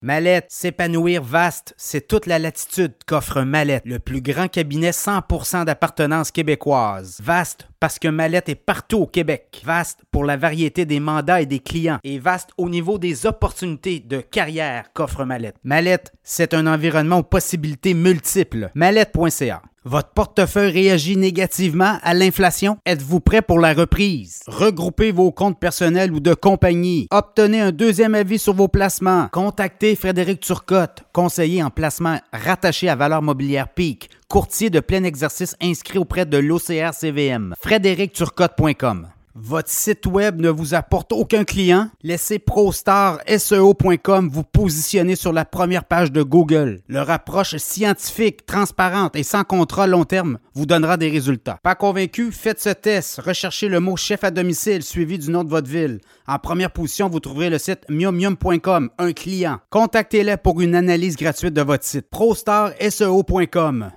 Mallette, s'épanouir vaste, c'est toute la latitude qu'offre Mallette, le plus grand cabinet 100% d'appartenance québécoise. Vaste parce que Mallette est partout au Québec. Vaste pour la variété des mandats et des clients. Et vaste au niveau des opportunités de carrière qu'offre Mallette. Mallette, c'est un environnement aux possibilités multiples. Mallette.ca. Votre portefeuille réagit négativement à l'inflation? Êtes-vous prêt pour la reprise? Regroupez vos comptes personnels ou de compagnie. Obtenez un deuxième avis sur vos placements. Contactez Frédéric Turcotte, conseiller en placement rattaché à Valeurs Mobilières Peak, courtier de plein exercice inscrit auprès de l'OCR-CVM. FrédéricTurcotte.com. Votre site web ne vous apporte aucun client? Laissez ProStarSEO.com vous positionner sur la première page de Google. Leur approche scientifique, transparente et sans contrat long terme vous donnera des résultats. Pas convaincu? Faites ce test. Recherchez le mot chef à domicile suivi du nom de votre ville. En première position, vous trouverez le site miumium.com, un client. Contactez-les pour une analyse gratuite de votre site. ProStarSEO.com.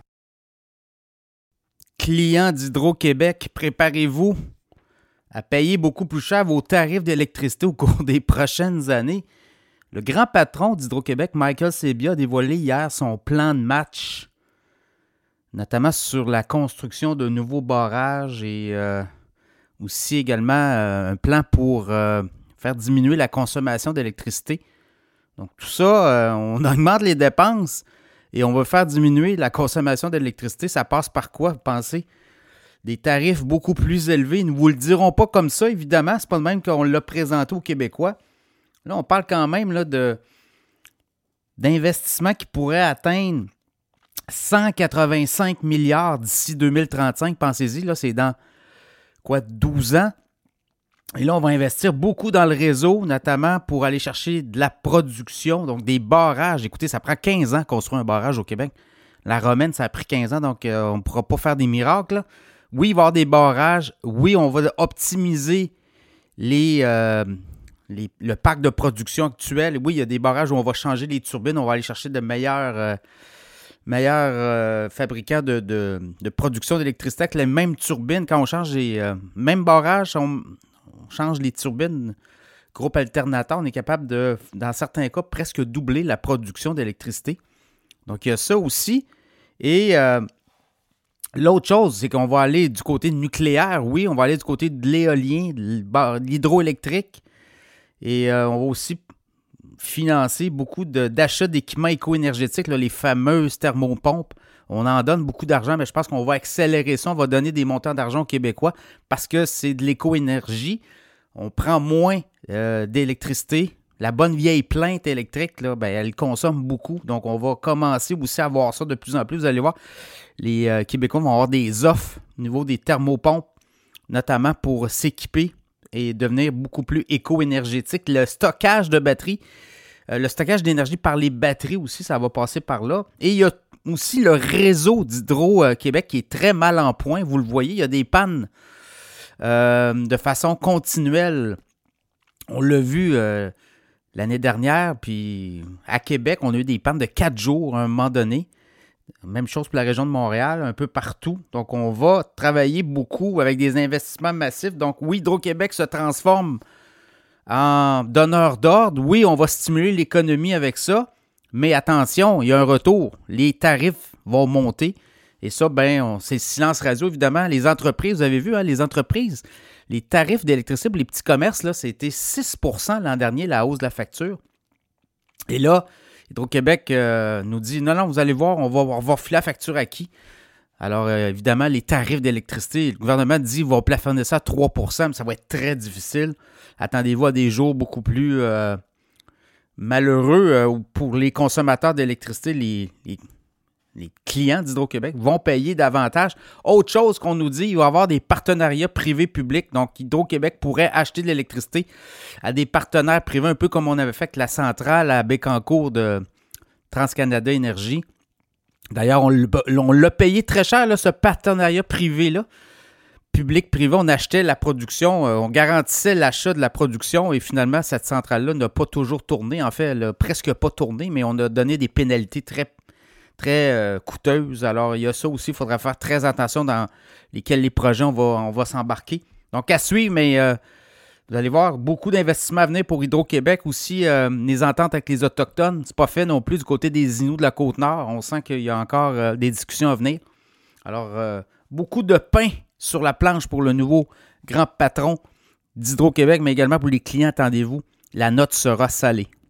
Clients d'Hydro-Québec, préparez-vous à payer beaucoup plus cher vos tarifs d'électricité au cours des prochaines années. Le grand patron d'Hydro-Québec, Michael Sabia, a dévoilé hier son plan de match, notamment sur la construction de nouveaux barrages et aussi également un plan pour faire diminuer la consommation d'électricité. Donc tout ça, on augmente les dépenses et on va faire diminuer la consommation d'électricité. Ça passe par quoi, vous pensez? Des tarifs beaucoup plus élevés. Ils ne vous le diront pas comme ça, évidemment. C'est pas le même qu'on l'a présenté aux Québécois. Là, on parle quand même là, d'investissements qui pourraient atteindre 185 milliards d'ici 2035. Pensez-y, là, c'est dans 12 ans. Et là, on va investir beaucoup dans le réseau, notamment pour aller chercher de la production, donc des barrages. Écoutez, ça prend 15 ans de construire un barrage au Québec. La Romaine, ça a pris 15 ans, donc on ne pourra pas faire des miracles, là. Oui, il va y avoir des barrages. Oui, on va optimiser le parc de production actuel. Oui, il y a des barrages où on va changer les turbines. On va aller chercher de meilleurs fabricants de production d'électricité avec les mêmes turbines. Quand on change les mêmes barrages, on change les turbines. Groupe alternateur, on est capable de, dans certains cas, presque doubler la production d'électricité. Donc, il y a ça aussi. Et l'autre chose, c'est qu'on va aller du côté nucléaire. Oui, on va aller du côté de l'éolien, de l'hydroélectrique. Et on va aussi financer beaucoup d'achats d'équipements éco-énergétiques, là, les fameuses thermopompes. On en donne beaucoup d'argent, mais je pense qu'on va accélérer ça. On va donner des montants d'argent aux Québécois parce que c'est de l'éco-énergie. On prend moins d'électricité. La bonne vieille plainte électrique, là, elle consomme beaucoup. Donc, on va commencer aussi à voir ça de plus en plus. Vous allez voir, les Québécois vont avoir des offres au niveau des thermopompes, notamment pour s'équiper et devenir beaucoup plus éco-énergétique. Le stockage de batteries, le stockage d'énergie par les batteries aussi, ça va passer par là. Et il y a aussi le réseau d'Hydro-Québec qui est très mal en point. Vous le voyez, il y a des pannes de façon continuelle. On l'a vu l'année dernière, puis à Québec, on a eu des pannes de 4 jours à un moment donné. Même chose pour la région de Montréal, un peu partout. Donc, on va travailler beaucoup avec des investissements massifs. Donc, oui, Hydro-Québec se transforme en donneur d'ordre. Oui, on va stimuler l'économie avec ça. Mais attention, il y a un retour. Les tarifs vont monter. Et ça, c'est le silence radio, évidemment. Les entreprises, vous avez vu, les entreprises, les tarifs d'électricité pour les petits commerces, là, c'était 6 % l'an dernier, la hausse de la facture. Et là, Hydro-Québec nous dit, non, vous allez voir, on va refiler la facture à qui? Alors, évidemment, les tarifs d'électricité, le gouvernement dit qu'il va plafonner ça à 3 %, mais ça va être très difficile. Attendez-vous à des jours beaucoup plus malheureux pour les consommateurs d'électricité, les clients d'Hydro-Québec vont payer davantage. Autre chose qu'on nous dit, il va y avoir des partenariats privés-publics. Donc, Hydro-Québec pourrait acheter de l'électricité à des partenaires privés, un peu comme on avait fait avec la centrale à Bécancour de TransCanada Énergie. D'ailleurs, on l'a payé très cher, là, ce partenariat privé-là. Public-privé, on achetait la production, on garantissait l'achat de la production et finalement, cette centrale-là n'a pas toujours tourné. En fait, elle n'a presque pas tourné, mais on a donné des pénalités très coûteuses. Alors, il y a ça aussi, il faudra faire très attention dans lesquels les projets on va s'embarquer. Donc, à suivre, mais Vous allez voir, beaucoup d'investissements à venir pour Hydro-Québec. Aussi, les ententes avec les Autochtones. C'est pas fait non plus du côté des Inuits de la Côte-Nord. On sent qu'il y a encore des discussions à venir. Alors, beaucoup de pain sur la planche pour le nouveau grand patron d'Hydro-Québec, mais également pour les clients, attendez-vous, la note sera salée.